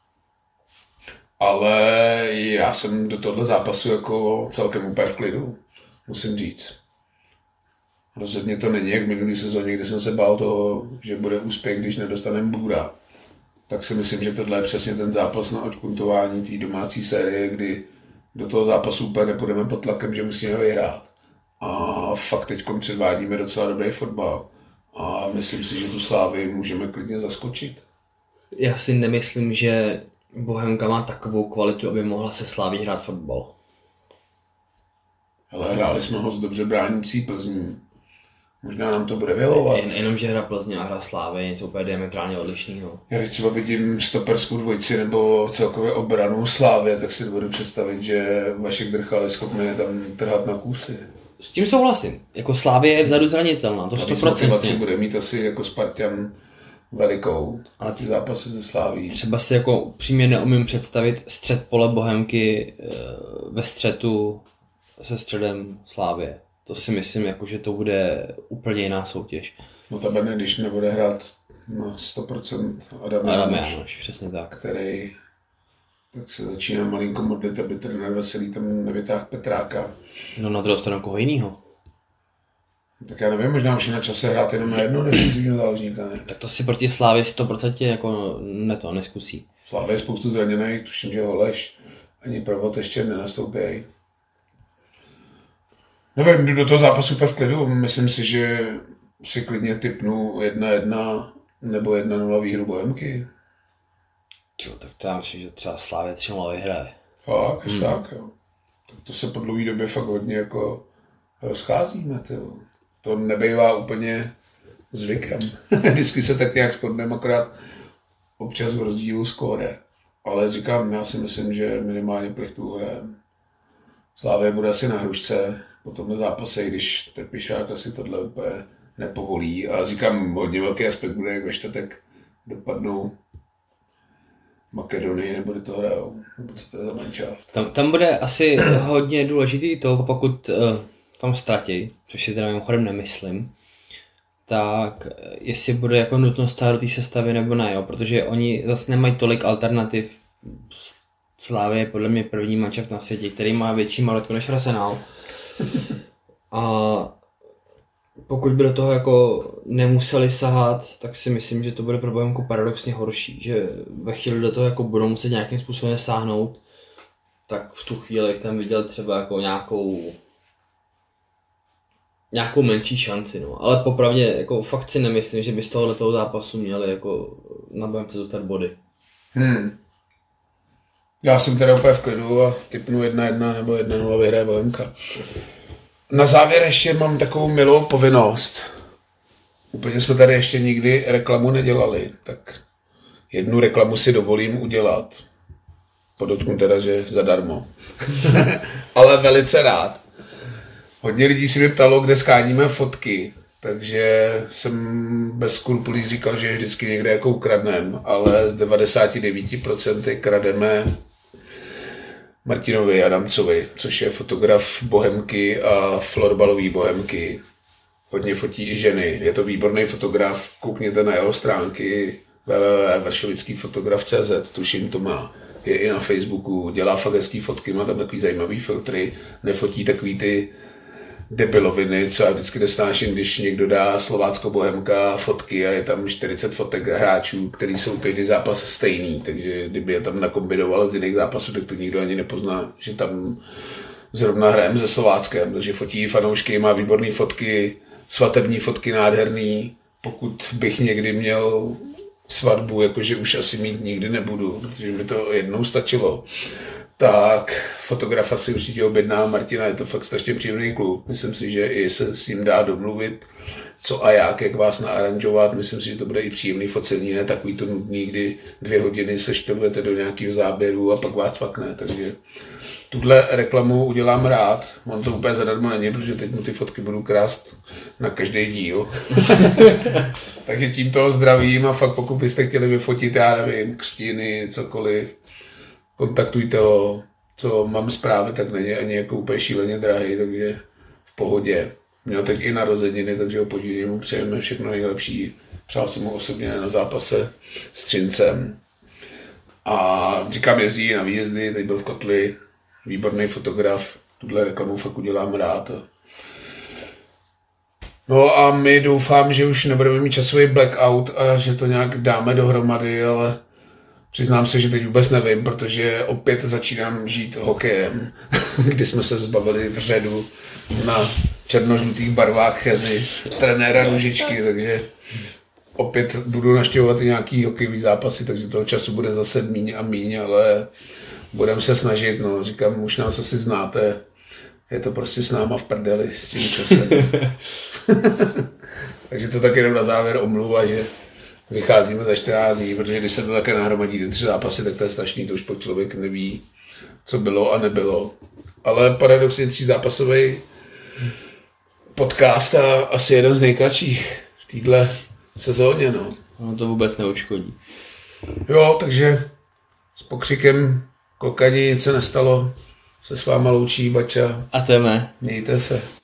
Ale já jsem do tohle zápasu jako celkem úplně v klidu, musím říct. Rozhodně to není jak v minulý sezóně, kdy jsem se bál toho, že bude úspěch, když nedostaneme Bůra. Tak si myslím, že tohle je přesně ten zápas na odkuntování té domácí série, kdy do toho zápasu úplně nepůjdeme pod tlakem, že musíme vyhrát. A fakt teď předvádíme docela dobrý fotbal. A myslím si, že tu Slávii můžeme klidně zaskočit. Já si nemyslím, že Bohemka má takovou kvalitu, aby mohla se Sláví hrát fotbal. Ale hráli jsme ho s dobře bránící Plzní. Možná nám to bude vyhovovat. Jen, jenom, že hra Plzně a hra Slávy je to úplně diametrálně odlišného. Já když třeba vidím stoperskou dvojici nebo celkově obranu Slávy, tak si dovedu představit, že Vašek Drchal je schopný je tam trhat na kusy. S tím souhlasím. Jako Slávě je vzadu zranitelná, to sto procent. Motivaci bude mít asi jako Spartan velikou. A ty zápasy ze Sláví. Třeba si jako upřímně neumím představit střed pole Bohemky ve střetu se středem Slávie. To si myslím, jako, že to bude úplně jiná soutěž. No ta Bene, když nebude hrát na sto procent Adam, Adam Jánoš, přesně tak. Který tak se začíná malinko modlit, aby trenér Veselý tam nevytáhl Petráka. No na druhou stranu koho jinýho. Tak já nevím, možná už je na čase hrát jenom na jedno defenzivního záložníka, ne? Tak to si proti Slávě sto procent jako ne to, neskusí. Slávě je spoustu zraněných, tuším, že Holeš ani Provod ještě nenastoupí. Nevím, jdu do toho zápasu úplně v klidu. Myslím si, že si klidně tipnu jedna jedna nebo jedna nula výhru Bohemky. Čo, tak to já myslím, že třeba Slávě tři nula vyhraje. Fakt, až hmm. tak, jo. Tak to se po dlouhé době fakt hodně jako rozcházíme, tyjo. To nebejvá úplně zvykem. Vždycky se tak nějak shodneme, akorát občas v rozdílu skóre. Ale říkám, já si myslím, že minimálně plichtu hrajem. Slávě bude asi na hrušce po tomhle zápase, když Trpišák asi tohle úplně nepovolí. A říkám, hodně velký aspekt bude, jak ve čtvrtek dopadnou Makedonii, nebo kdy to hrajou, nebo co to je za manšaft. Tam, tam bude asi hodně důležitý to, pokud uh, tam ztratí, což si teda mimochodem nemyslím, tak jestli bude jako nutnost stát do té sestavy nebo ne, jo? Protože oni zase nemají tolik alternativ. Slávě je podle mě první manšaft na světě, který má větší marotku než Arsenal. A pokud by do toho jako nemuseli sahat, tak si myslím, že to bude pro Bohemku paradoxně horší, že ve chvíli do toho jako budou muset nějakým způsobem sáhnout, tak v tu chvíli tam viděl třeba jako nějakou nějakou menší šanci, no. Ale popravdě, jako fakt si nemyslím, že by z tohoto zápasu měli jako na B M C zůstat body. Hmm. Já jsem teda úplně v klidu a tipnu jedna jedna nebo jedna nula vyhraje B M K. Na závěr ještě mám takovou milou povinnost. Úplně jsme tady ještě nikdy reklamu nedělali, tak jednu reklamu si dovolím udělat. Podotknu teda, že zadarmo. Ale velice rád. Hodně lidí si mě ptalo, kde skáníme fotky, takže jsem bez skrupulí říkal, že je vždycky někde jako ukradnem, ale z devadesát devět procent krademe Martinovi Adamcovi, což je fotograf Bohemky a florbalový Bohemky. Hodně fotí i ženy. Je to výborný fotograf, koukněte na jeho stránky w w w tečka vršovický fotograf tečka c z, tuším to má. Je i na Facebooku, dělá fakt hezký fotky, má tam takový zajímavý filtry, nefotí takový ty debiloviny, co já vždycky nesnáším, když někdo dá Slovácko Bohemka fotky a je tam čtyřicet fotek hráčů, který jsou každý zápas stejný, takže kdyby je tam nakombinoval z jiných zápasů, tak to nikdo ani nepozná, že tam zrovna hrajeme se Slováckem, takže fotí fanoušky, má výborné fotky, svatební fotky nádherný, pokud bych někdy měl svatbu, jakože už asi mít nikdy nebudu, protože mi to jednou stačilo, tak fotografa si určitě objedná Martina, je to fakt strašně příjemný kluk. Myslím si, že i se s ním dá domluvit, co a jak, jak vás naaranžovat. Myslím si, že to bude i příjemný focení, ne takový to nudný, kdy dvě hodiny se štelujete do nějakého záběru a pak vás pak ne. Takže tuhle reklamu udělám rád. On to úplně zadarmo není, protože teď mu ty fotky budu krást na každý díl. Takže tímto zdravím a fakt pokud byste chtěli vyfotit, já nevím, křtiny, cokoliv, kontaktujte ho, co mám zprávy, tak není ani jako úplně šíleně drahý, takže v pohodě. Měl teď i narozeniny, takže ho podívej, mu přejeme všechno nejlepší. Přál jsem mu osobně na zápase s Třincem. A říkám, jezdí na výjezdy, teď byl v Kotli, výborný fotograf, tuhle reklamu fakt udělám rád. No a my doufám, že už nebudeme mít časový blackout a že to nějak dáme dohromady, ale přiznám se, že teď vůbec nevím, protože opět začínám žít hokejem, kdy jsme se zbavili vředu na černožlutých barvách Chezy, trenéra Ružičky, takže opět budu navštěvovat i nějaký hokejový zápasy, takže toho času bude zase míň a míň, ale budeme se snažit, no, říkám, už nás asi znáte, je to prostě s náma v prdeli s tím časem. Takže to tak jenom na závěr omluva, že vycházíme za čtrnáct dní, protože když se to také nahromadí ty tři zápasy, tak to je strašný, to už pak člověk neví, co bylo a nebylo. Ale paradoxně třízápasový podcast a asi jeden z nejkratších v této sezóně, no. No to vůbec neuškodí. Jo, takže s pokřikem klokani, nic se nestalo, se s váma loučí Bača. A teme. Mějte se.